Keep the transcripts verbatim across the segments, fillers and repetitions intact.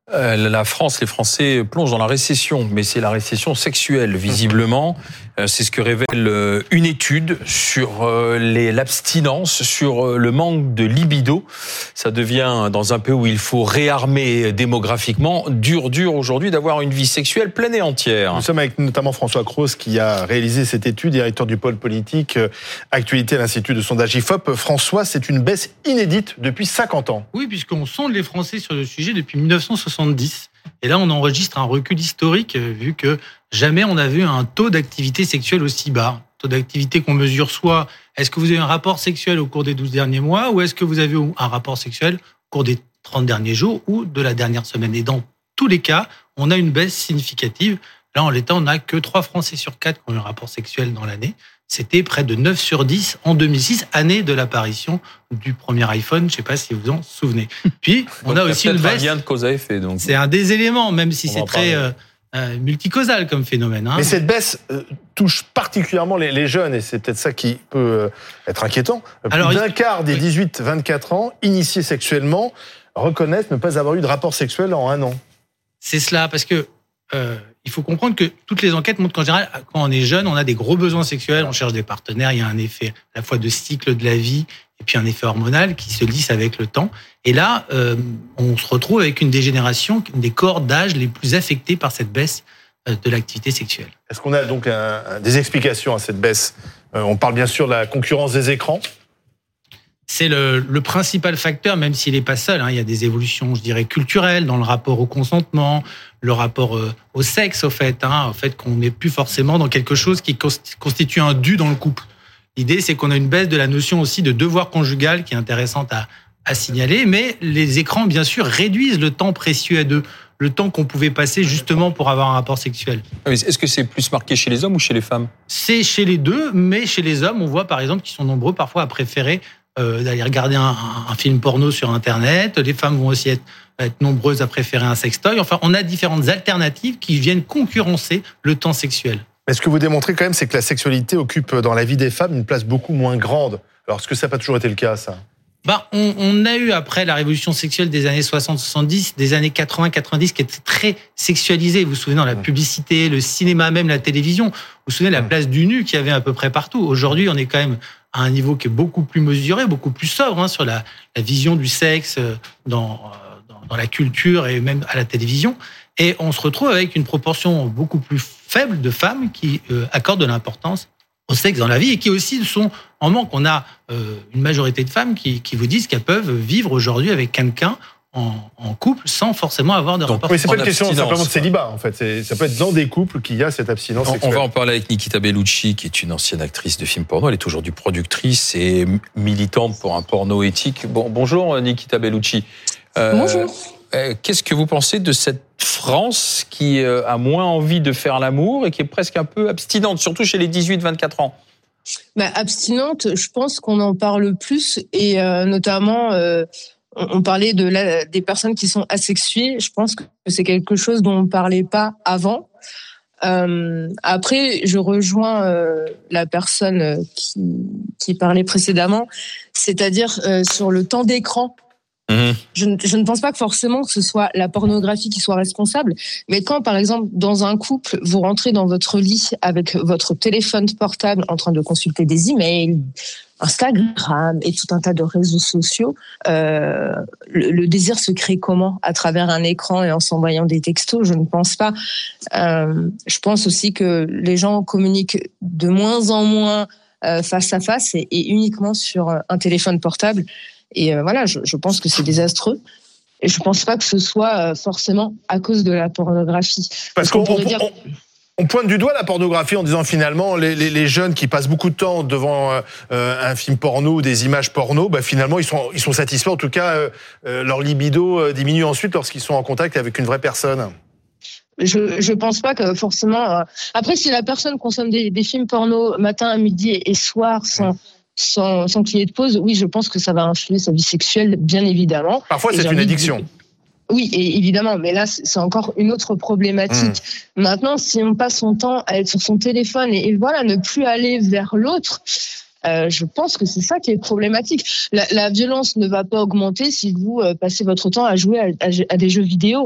Euh, la France, les Français plongent dans la récession, mais c'est la récession sexuelle, visiblement. Euh, c'est ce que révèle euh, une étude sur euh, les, l'abstinence, sur euh, le manque de libido. Ça devient, dans un pays où il faut réarmer démographiquement, dur, dur aujourd'hui d'avoir une vie sexuelle pleine et entière. Nous sommes avec notamment François Cros qui a réalisé cette étude, directeur du pôle politique euh, actualité à l'Institut de sondage I F O P. François, c'est une baisse inédite depuis cinquante ans. Oui, puisqu'on sonde les Français sur le sujet depuis dix-neuf cent soixante-dix. Et là, on enregistre un recul historique, vu que jamais on a vu un taux d'activité sexuelle aussi bas. Taux d'activité qu'on mesure soit, est-ce que vous avez un rapport sexuel au cours des douze derniers mois, ou est-ce que vous avez un rapport sexuel au cours des trente derniers jours, ou de la dernière semaine. Et dans tous les cas, on a une baisse significative. Là, en l'état, on n'a que trois Français sur quatre qui ont eu un rapport sexuel dans l'année. C'était près de neuf sur dix en deux mille six, année de l'apparition du premier iPhone. Je ne sais pas si vous vous en souvenez. Puis, on a aussi une baisse. Un lien de cause à effet, donc. C'est un des éléments, même si c'est très euh, euh, multicausal comme phénomène. Hein. Mais cette baisse euh, touche particulièrement les, les jeunes, et c'est peut-être ça qui peut euh, être inquiétant. Plus Alors, d'un il... quart des dix-huit vingt-quatre ans, initiés sexuellement, reconnaissent ne pas avoir eu de rapport sexuel en un an. C'est cela, parce que euh, il faut comprendre que toutes les enquêtes montrent qu'en général, quand on est jeune, on a des gros besoins sexuels, on cherche des partenaires, il y a un effet à la fois de cycle de la vie et puis un effet hormonal qui se lisse avec le temps. Et là, euh, on se retrouve avec une des générations, une des cohortes d'âge les plus affectées par cette baisse de l'activité sexuelle. Est-ce qu'on a donc un, un, des explications à cette baisse ? euh, On parle bien sûr de la concurrence des écrans. C'est le, le principal facteur, même s'il n'est pas seul. Hein. Il y a des évolutions, je dirais, culturelles dans le rapport au consentement, le rapport euh, au sexe, au fait, hein, au fait qu'on n'est plus forcément dans quelque chose qui constitue un dû dans le couple. L'idée, c'est qu'on a une baisse de la notion aussi de devoir conjugal qui est intéressante à, à signaler, mais les écrans, bien sûr, réduisent le temps précieux à deux, le temps qu'on pouvait passer justement pour avoir un rapport sexuel. Est-ce que c'est plus marqué chez les hommes ou chez les femmes ? C'est chez les deux, mais chez les hommes, on voit par exemple qu'ils sont nombreux parfois à préférer Euh, d'aller regarder un, un film porno sur Internet. Les femmes vont aussi être, être nombreuses à préférer un sextoy. Enfin, on a différentes alternatives qui viennent concurrencer le temps sexuel. Mais ce que vous démontrez quand même, c'est que la sexualité occupe dans la vie des femmes une place beaucoup moins grande. Alors, est-ce que ça n'a pas toujours été le cas, ça ? Bah, on, on a eu, après la révolution sexuelle des années soixante soixante-dix, des années quatre-vingts quatre-vingt-dix, qui étaient très sexualisées. Vous vous souvenez, dans la publicité, le cinéma, même la télévision. Vous vous souvenez de la place du nu qu'il y avait à peu près partout. Aujourd'hui, on est quand même à un niveau qui est beaucoup plus mesuré, beaucoup plus sobre, hein, sur la, la vision du sexe dans, dans, dans la culture et même à la télévision. Et on se retrouve avec une proportion beaucoup plus faible de femmes qui euh, accordent de l'importance au sexe dans la vie et qui aussi sont en manque. On a euh, une majorité de femmes qui, qui vous disent qu'elles peuvent vivre aujourd'hui avec quelqu'un en, en couple sans forcément avoir de rapport. Oui, c'est pas une question simplement de célibat, en fait. C'est, ça peut être dans des couples qu'il y a cette abstinence on, sexuelle. On va en parler avec Nikita Bellucci, qui est une ancienne actrice de films porno. Elle est aujourd'hui productrice et militante pour un porno éthique. Bon, bonjour Nikita Bellucci. Euh, bonjour. Euh, qu'est-ce que vous pensez de cette France qui euh, a moins envie de faire l'amour et qui est presque un peu abstinente, surtout chez les dix-huit vingt-quatre ans ? Bah, abstinente, je pense qu'on en parle plus et euh, notamment... Euh, On parlait de la, des personnes qui sont asexuées. Je pense que c'est quelque chose dont on parlait pas avant. Euh, après, je rejoins euh, la personne qui, qui parlait précédemment, c'est-à-dire euh, sur le temps d'écran. Mmh. Je, je ne pense pas que forcément que ce soit la pornographie qui soit responsable, mais quand, par exemple, dans un couple, vous rentrez dans votre lit avec votre téléphone portable en train de consulter des emails, Instagram et tout un tas de réseaux sociaux, euh, le, le désir se crée comment ? À travers un écran et en s'envoyant des textos ? Je ne pense pas. Euh, je pense aussi que les gens communiquent de moins en moins euh, face à face et, et uniquement sur un téléphone portable. Et euh, voilà, je, je pense que c'est désastreux. Et je ne pense pas que ce soit forcément à cause de la pornographie. Parce, Parce qu'on, qu'on pourrait dire... on... On pointe du doigt la pornographie en disant finalement les, les, les jeunes qui passent beaucoup de temps devant euh, un film porno ou des images porno, bah finalement ils sont ils sont satisfaits. En tout cas, euh, leur libido diminue ensuite lorsqu'ils sont en contact avec une vraie personne. Je je pense pas que forcément. Euh... Après, si la personne consomme des, des films porno matin, midi et soir sans ouais. sans sans qu'il y ait de pause, oui, je pense que ça va influer sa vie sexuelle, bien évidemment. Parfois, et c'est une addiction. De... Oui, et évidemment, mais là, c'est encore une autre problématique. Mmh. Maintenant, si on passe son temps à être sur son téléphone et, et voilà, ne plus aller vers l'autre, euh, je pense que c'est ça qui est problématique. La, la violence ne va pas augmenter si vous euh, passez votre temps à jouer à, à, à des jeux vidéo.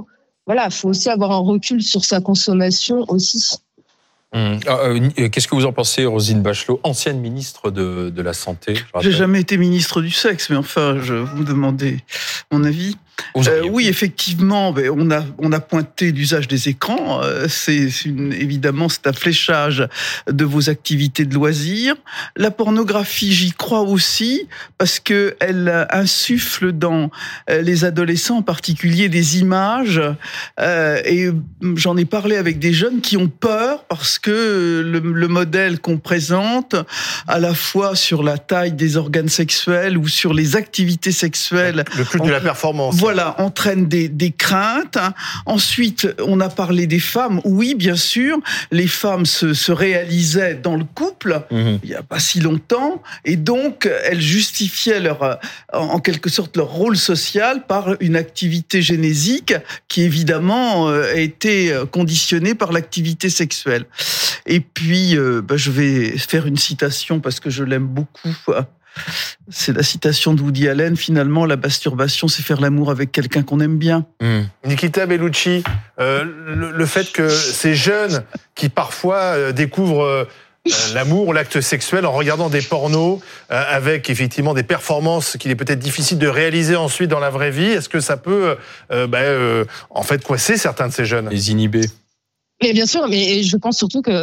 voilà, faut aussi avoir un recul sur sa consommation aussi. Hum. Euh, qu'est-ce que vous en pensez, Roselyne Bachelot, ancienne ministre de, de la Santé? J'ai jamais été ministre du sexe, mais enfin, je vous demandais mon avis. Euh, oui, effectivement, on a on a pointé l'usage des écrans. C'est une, évidemment c'est un fléchage de vos activités de loisirs. La pornographie, j'y crois aussi parce que elle insuffle dans les adolescents en particulier des images. Euh, et j'en ai parlé avec des jeunes qui ont peur parce que le, le modèle qu'on présente, à la fois sur la taille des organes sexuels ou sur les activités sexuelles, le culte de la performance. Voilà, entraîne des, des craintes. Ensuite, on a parlé des femmes. Oui, bien sûr, les femmes se, se réalisaient dans le couple, mmh. il n'y a pas si longtemps, et donc elles justifiaient leur, en quelque sorte leur rôle social par une activité génésique qui évidemment a été conditionnée par l'activité sexuelle. Et puis, euh, bah, je vais faire une citation parce que je l'aime beaucoup. C'est la citation de Woody Allen. Finalement, la masturbation, c'est faire l'amour avec quelqu'un qu'on aime bien. Mmh. Nikita Bellucci, euh, le, le fait que ces jeunes qui parfois euh, découvrent euh, l'amour ou l'acte sexuel en regardant des pornos euh, avec effectivement des performances qu'il est peut-être difficile de réaliser ensuite dans la vraie vie, est-ce que ça peut euh, bah, euh, en fait coincer certains de ces jeunes? Les inhiber. Mais bien sûr, mais je pense surtout que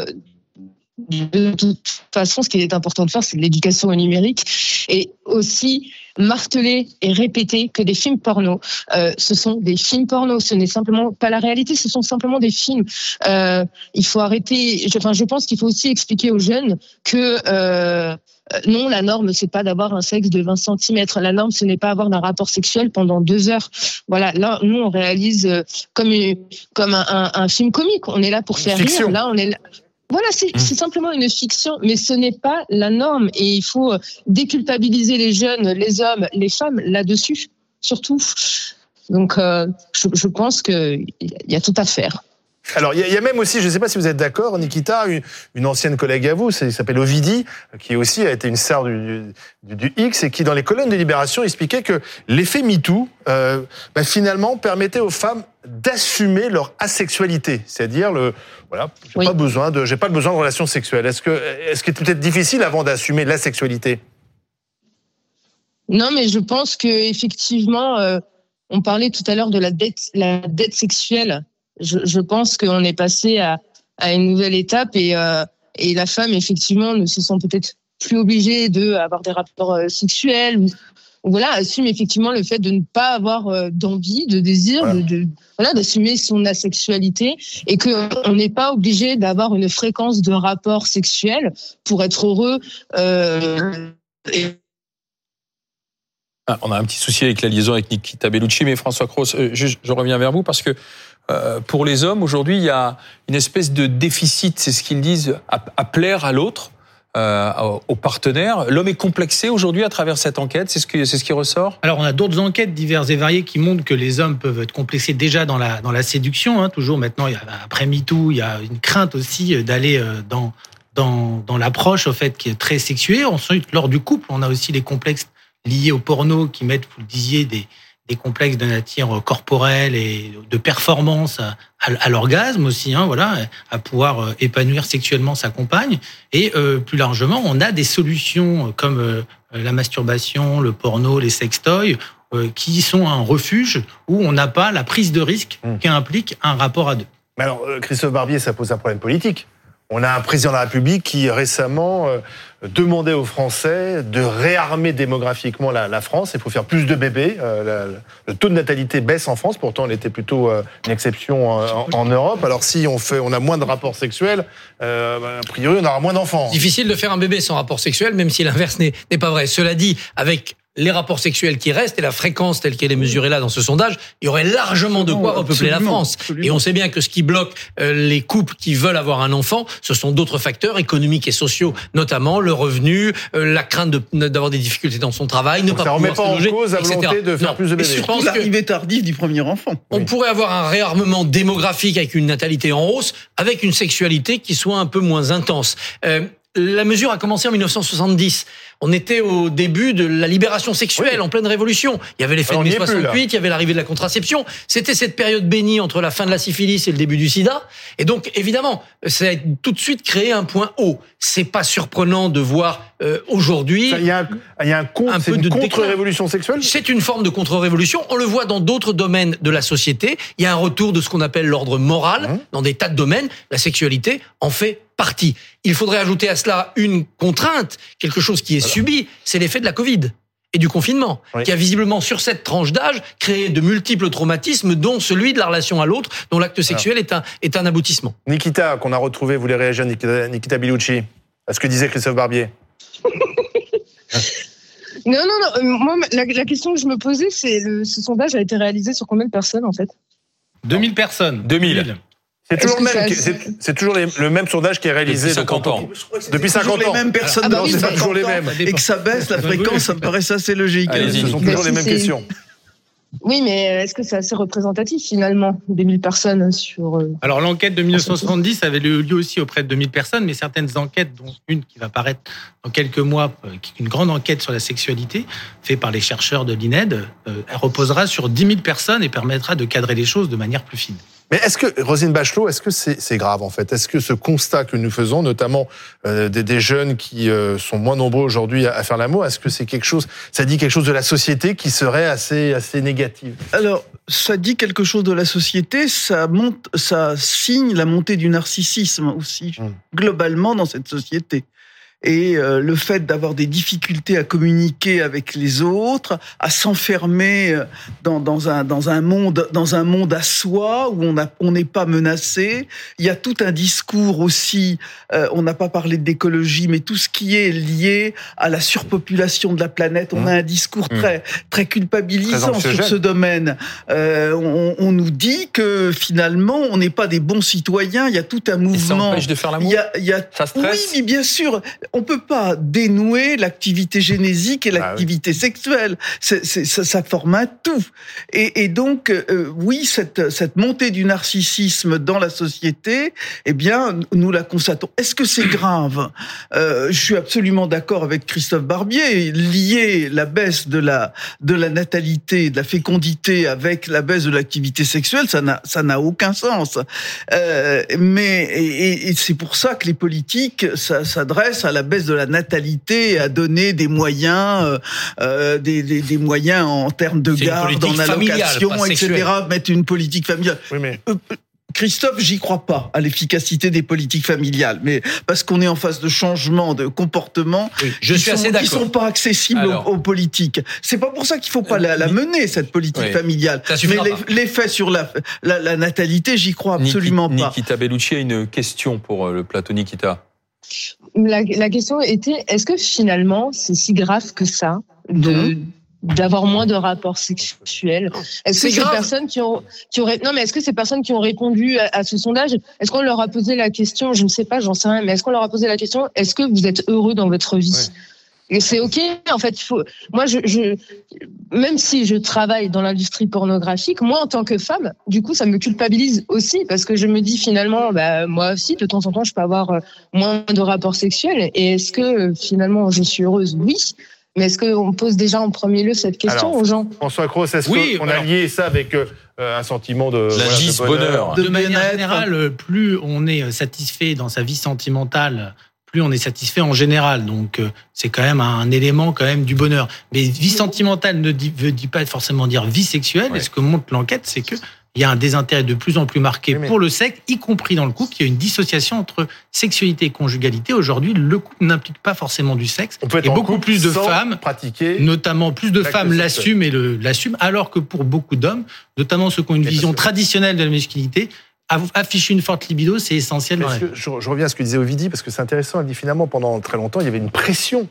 de toute façon, ce qui est important de faire, c'est de l'éducation au numérique et aussi marteler et répéter que des films porno, euh, ce sont des films porno, ce n'est simplement pas la réalité, ce sont simplement des films. Euh, il faut arrêter, je, enfin, je pense qu'il faut aussi expliquer aux jeunes que euh, non, la norme, c'est pas d'avoir un sexe de vingt centimètres. La norme, ce n'est pas avoir un rapport sexuel pendant deux heures. Voilà, là, nous, on réalise comme, comme un, un, un film comique. On est là pour faire Fiction. rire. Là, on est là. Voilà, c'est, c'est simplement une fiction, mais ce n'est pas la norme. Et il faut déculpabiliser les jeunes, les hommes, les femmes là-dessus, surtout. Donc, euh, je, je pense qu'il y a tout à faire. Alors, il y, y a même aussi, je ne sais pas si vous êtes d'accord, Nikita, une, une ancienne collègue à vous, c'est, il s'appelle Ovidie, qui aussi a été une star du, du, du X, et qui, dans les colonnes de Libération, expliquait que l'effet MeToo, euh, bah, finalement, permettait aux femmes d'assumer leur asexualité, c'est-à-dire le, voilà, j'ai oui. pas besoin de, j'ai pas besoin de relations sexuelles. Est-ce que, est-ce que c'est peut-être difficile avant d'assumer la sexualité? Non, mais je pense que effectivement, euh, on parlait tout à l'heure de la dette, la dette sexuelle. Je, je pense qu'on est passé à, à une nouvelle étape et, euh, et la femme, effectivement, ne se sent peut-être plus obligée d'avoir des rapports euh, sexuels ou, ou voilà, assume effectivement le fait de ne pas avoir euh, d'envie, de désir, voilà. de, de voilà, d'assumer son asexualité et qu'on n'est pas obligé d'avoir une fréquence de rapports sexuels pour être heureux. Euh, et Ah, on a un petit souci avec la liaison avec Nikita Bellucci, mais François Cros, euh, je, je reviens vers vous parce que euh, pour les hommes, aujourd'hui, il y a une espèce de déficit, c'est ce qu'ils disent, à, à plaire à l'autre, euh, au partenaire. L'homme est complexé aujourd'hui à travers cette enquête, c'est ce, que, c'est ce qui ressort? Alors, on a d'autres enquêtes diverses et variées qui montrent que les hommes peuvent être complexés déjà dans la, dans la séduction. Hein, toujours maintenant, il y a, après MeToo, il y a une crainte aussi d'aller dans, dans, dans l'approche, au fait, qui est très sexuée. Ensuite, lors du couple, on a aussi les complexes liés au porno qui mettent, vous le disiez, des, des complexes de nature corporelle et de performance à, à, à l'orgasme aussi, hein, voilà, à pouvoir épanouir sexuellement sa compagne. Et euh, plus largement, on a des solutions comme euh, la masturbation, le porno, les sextoys, euh, qui sont un refuge où on n'a pas la prise de risque mmh. qu'implique un rapport à deux. Mais alors, Christophe Barbier, ça pose un problème politique. On a un président de la République qui récemment euh, demandait aux Français de réarmer démographiquement la, la France. Il faut faire plus de bébés. Euh, la, la, le taux de natalité baisse en France. Pourtant, il était plutôt euh, une exception en, en Europe. Alors, si on fait, on a moins de rapports sexuels, euh, bah, a priori, on aura moins d'enfants. Difficile de faire un bébé sans rapport sexuel, même si l'inverse n'est, n'est pas vrai. Cela dit, avec les rapports sexuels qui restent et la fréquence telle qu'elle est mesurée là dans ce sondage, il y aurait largement de quoi repeupler la France. Absolument. Et on sait bien que ce qui bloque euh, les couples qui veulent avoir un enfant, ce sont d'autres facteurs économiques et sociaux, notamment le revenu, euh, la crainte de, d'avoir des difficultés dans son travail, ne Donc pas ça pouvoir remet pas se loger, en cause la volonté et cetera. de faire non. plus de bébés. Et surtout l'arrivée tardive du premier enfant. On oui. pourrait avoir un réarmement démographique avec une natalité en hausse, avec une sexualité qui soit un peu moins intense. Euh, la mesure a commencé en mille neuf cent soixante-dix. On était au début de la libération sexuelle, oui. en pleine révolution. Il y avait l'effet de mai soixante-huit, il y avait l'arrivée de la contraception. C'était cette période bénie entre la fin de la syphilis et le début du sida. Et donc, évidemment, ça a tout de suite créé un point haut. C'est pas surprenant de voir euh, aujourd'hui... Il y a un, il y a un, compte, un peu de contre-révolution sexuelle. C'est une forme de contre-révolution. On le voit dans d'autres domaines de la société. Il y a un retour de ce qu'on appelle l'ordre moral mmh. dans des tas de domaines. La sexualité en fait partie. Il faudrait ajouter à cela une contrainte, quelque chose qui est voilà. subi, c'est l'effet de la Covid et du confinement, oui. qui a visiblement, sur cette tranche d'âge, créé de multiples traumatismes, dont celui de la relation à l'autre, dont l'acte sexuel voilà. est, un, est un aboutissement. Nikita, qu'on a retrouvé, voulait réagir, Nikita, Nikita Bellucci, à ce que disait Christophe Barbier. Non, non, non. Moi, la, la question que je me posais, c'est le, ce sondage a été réalisé sur combien de personnes, en fait ? deux mille personnes. deux mille. C'est toujours, le même, c'est, c'est toujours les, le même sondage qui est réalisé depuis cinquante ans. Depuis cinquante ans. Les mêmes personnes, ah bah non, oui, c'est pas toujours les mêmes. Et que ça baisse la fréquence, ça me paraît assez logique. Allez-y. Ce sont toujours bah, les si mêmes c'est... questions. Oui, mais est-ce que c'est assez représentatif finalement, deux mille personnes sur... Alors l'enquête de mille neuf cent soixante-dix avait eu lieu aussi auprès de deux mille personnes, mais certaines enquêtes, dont une qui va paraître dans quelques mois, une grande enquête sur la sexualité, faite par les chercheurs de l'I N E D, elle reposera sur dix mille personnes et permettra de cadrer les choses de manière plus fine. Mais est-ce que, Roselyne Bachelot, est-ce que c'est, c'est grave en fait ? Est-ce que ce constat que nous faisons, notamment euh, des, des jeunes qui euh, sont moins nombreux aujourd'hui à, à faire l'amour, est-ce que c'est quelque chose, ça dit quelque chose de la société qui serait assez, assez négative ? Alors, ça dit quelque chose de la société, ça monte, ça signe la montée du narcissisme aussi, mmh. globalement dans cette société. Et euh, le fait d'avoir des difficultés à communiquer avec les autres, à s'enfermer dans, dans un dans un monde dans un monde à soi où on a on n'est pas menacé. Il y a tout un discours aussi. Euh, on n'a pas parlé d'écologie, mais tout ce qui est lié à la surpopulation de la planète, on mmh. a un discours mmh. très très culpabilisant très sur ce domaine. Euh, on, on nous dit que finalement on n'est pas des bons citoyens. Il y a tout un mouvement. Et ça empêche de faire l'amour. Il y a, il y a ça stresse. Oui, mais bien sûr. On peut pas dénouer l'activité génésique et l'activité ah oui. sexuelle. C'est, c'est, ça, ça forme un tout. Et, et donc, euh, oui, cette, cette montée du narcissisme dans la société, eh bien, nous la constatons. Est-ce que c'est grave ? euh, Je suis absolument d'accord avec Christophe Barbier. Lier la baisse de la de la natalité, de la fécondité avec la baisse de l'activité sexuelle, ça n'a ça n'a aucun sens. Euh, mais et, et c'est pour ça que les politiques ça, s'adressent à la baisse de la natalité, à donner des moyens, euh, des, des, des moyens en termes de c'est garde, en allocation, et cetera. Mettre une politique familiale. Oui, mais... euh, Christophe, j'y crois pas à l'efficacité des politiques familiales, mais parce qu'on est en phase de changement de comportement, oui, je qui suis sont, assez d'accord. qui sont pas accessibles Alors, aux, aux politiques. C'est pas pour ça qu'il faut pas la, la mener cette politique oui, familiale. Mais l'effet sur la, la, la natalité, j'y crois absolument Niki, pas. Nikita Bellucci a une question pour le plateau Nikita. La, la question était, est-ce que finalement, c'est si grave que ça de, mmh. d'avoir moins de rapports sexuels ? Est-ce que c'est ces grave. personnes qui ont, qui auraient, non, mais est-ce que ces personnes qui ont répondu à, à ce sondage, est-ce qu'on leur a posé la question, je ne sais pas, j'en sais rien, mais est-ce qu'on leur a posé la question, est-ce que vous êtes heureux dans votre vie ? Ouais. Et c'est ok, en fait, il faut, moi, je, je, même si je travaille dans l'industrie pornographique, moi, en tant que femme, du coup, ça me culpabilise aussi, parce que je me dis finalement, bah, moi aussi, de temps en temps, je peux avoir moins de rapports sexuels. Et est-ce que, finalement, je suis heureuse ? Oui. Mais est-ce qu'on pose déjà en premier lieu cette question alors, aux gens ? François Cros, est-ce oui, qu'on a lié ça avec euh, un sentiment de, la voilà, gis, de bonheur, bonheur. De, de manière générale, plus on est satisfait dans sa vie sentimentale, plus on est satisfait en général. Donc, c'est quand même un élément quand même du bonheur. Mais vie sentimentale ne dit, veut dit pas forcément dire vie sexuelle. Ouais. Et ce que montre l'enquête, c'est que il y a un désintérêt de plus en plus marqué oui, mais... pour le sexe, y compris dans le couple. Il y a une dissociation entre sexualité et conjugalité. Aujourd'hui, le couple n'implique pas forcément du sexe. On peut être et en beaucoup plus de femmes, pratiquer notamment plus de femmes l'assument et le, l'assument, alors que pour beaucoup d'hommes, notamment ceux qui ont une mais vision traditionnelle de la masculinité, afficher une forte libido, c'est essentiel. Dans la... je, je reviens à ce que disait Ovidie, parce que c'est intéressant. Elle dit finalement, pendant très longtemps, il y avait une pression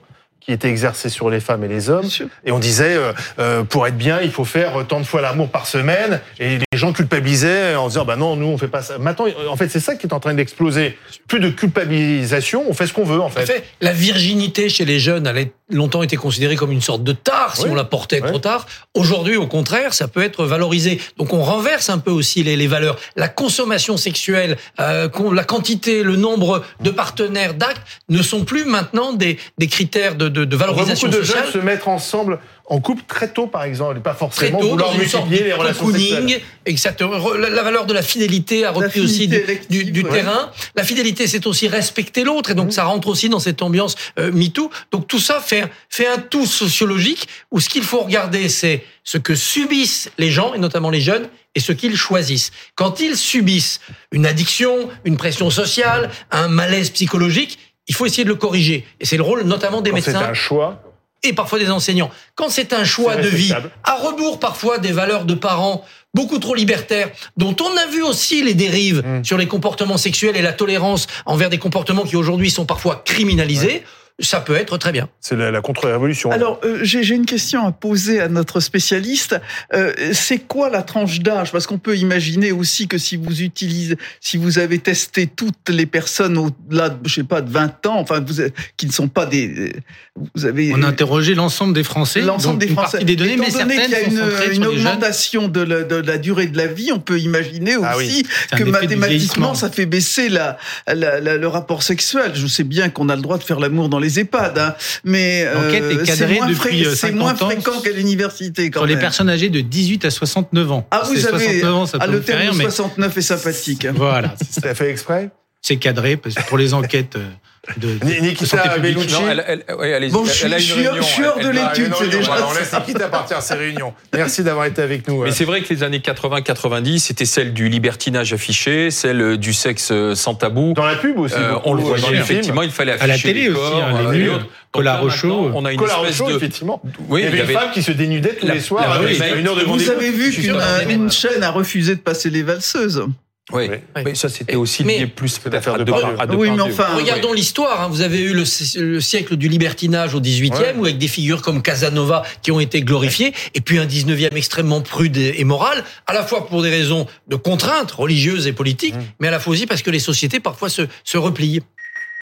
qui était exercée sur les femmes et les hommes. Et on disait, euh, euh, pour être bien, il faut faire tant de fois l'amour par semaine. Et les gens culpabilisaient en disant, bah non, nous, on fait pas ça. Maintenant, en fait, c'est ça qui est en train d'exploser. Plus de culpabilisation, on fait ce qu'on veut, en fait. En fait, la virginité chez les jeunes, elle a longtemps été considérée comme une sorte de tare, si oui. on la portait oui. trop tard. Aujourd'hui, au contraire, ça peut être valorisé. Donc, on renverse un peu aussi les, les valeurs. La consommation sexuelle, euh, la quantité, le nombre de partenaires, d'actes, ne sont plus maintenant des, des critères de, de, de valorisation on voit beaucoup sociale. de jeunes se mettre ensemble en couple très tôt, par exemple, et pas forcément très tôt, vouloir dans une sorte multiplier de les relations cocooning, sexuelles. Exactement. La, la valeur de la fidélité a repris aussi du, du, du ouais. terrain. La fidélité, c'est aussi respecter l'autre, et donc mmh. ça rentre aussi dans cette ambiance euh, MeToo. Donc tout ça fait, fait un tout sociologique où ce qu'il faut regarder, c'est ce que subissent les gens, et notamment les jeunes, et ce qu'ils choisissent. Quand ils subissent une addiction, une pression sociale, un malaise psychologique, il faut essayer de le corriger. Et c'est le rôle notamment des Quand médecins. C'est un choix. Et parfois des enseignants. Quand c'est un choix de vie, à rebours parfois des valeurs de parents beaucoup trop libertaires, dont on a vu aussi les dérives mmh. sur les comportements sexuels et la tolérance envers des comportements qui aujourd'hui sont parfois criminalisés, ouais. ça peut être très bien. C'est la, la contre-révolution. Alors, euh, j'ai, j'ai une question à poser à notre spécialiste. Euh, c'est quoi la tranche d'âge ? Parce qu'on peut imaginer aussi que si vous utilisez, si vous avez testé toutes les personnes au-delà, de, je sais pas, de vingt ans, enfin, vous, qui ne sont pas des, vous avez. On a interrogé l'ensemble des Français. L'ensemble des Français. Des données, mais donné qu'il y a une, une augmentation de la, de la durée de la vie, on peut imaginer aussi ah oui. que mathématiquement, ça fait baisser la, la, la, le rapport sexuel. Je sais bien qu'on a le droit de faire l'amour dans les EHPAD, hein, mais l'enquête est cadrée c'est depuis fré- c'est moins cinquante fréquent ans qu'à l'université quand sur même. les personnes âgées de dix-huit à soixante-neuf ans. Ah, vous c'est avez soixante-neuf ans, ça ah, peut le vous faire terme rire, de mais soixante-neuf est sympathique. Voilà, c'est fait exprès. C'est cadré parce que pour les enquêtes de, de, Nikita Bellucci. Non, elle, elle, elle, elle, bon, je, elle a une je, réunion. Je suis hors de elle, l'étude, elle, c'est déjà. On laisse Nikita partir à ses réunions. Merci d'avoir été avec nous. Mais c'est vrai que les années quatre-vingts quatre-vingt-dix, c'était celle du libertinage affiché, celle du sexe sans tabou. Dans la pub aussi. Euh, on le voit dans effectivement, il fallait afficher à la télé les corps, aussi, hein, les nus. Cola Rochaud. On a une Cola espèce Rochaud, de effectivement. Oui, il y avait une femme qui se dénudait tous les soirs avec une heure de Vous avez vu qu'une chaîne a refusé de passer les valseuses. Oui, oui, mais ça c'était aussi mais, lié plus peut-être à de deux à Oui, mais enfin, regardons oui. l'histoire. Hein. Vous avez eu le, le siècle du libertinage au dix-huitième, ouais. où avec des figures comme Casanova qui ont été glorifiées, ouais. et puis un dix-neuvième extrêmement prude et moral, à la fois pour des raisons de contraintes religieuses et politiques, mmh. mais à la fois aussi parce que les sociétés parfois se, se replient.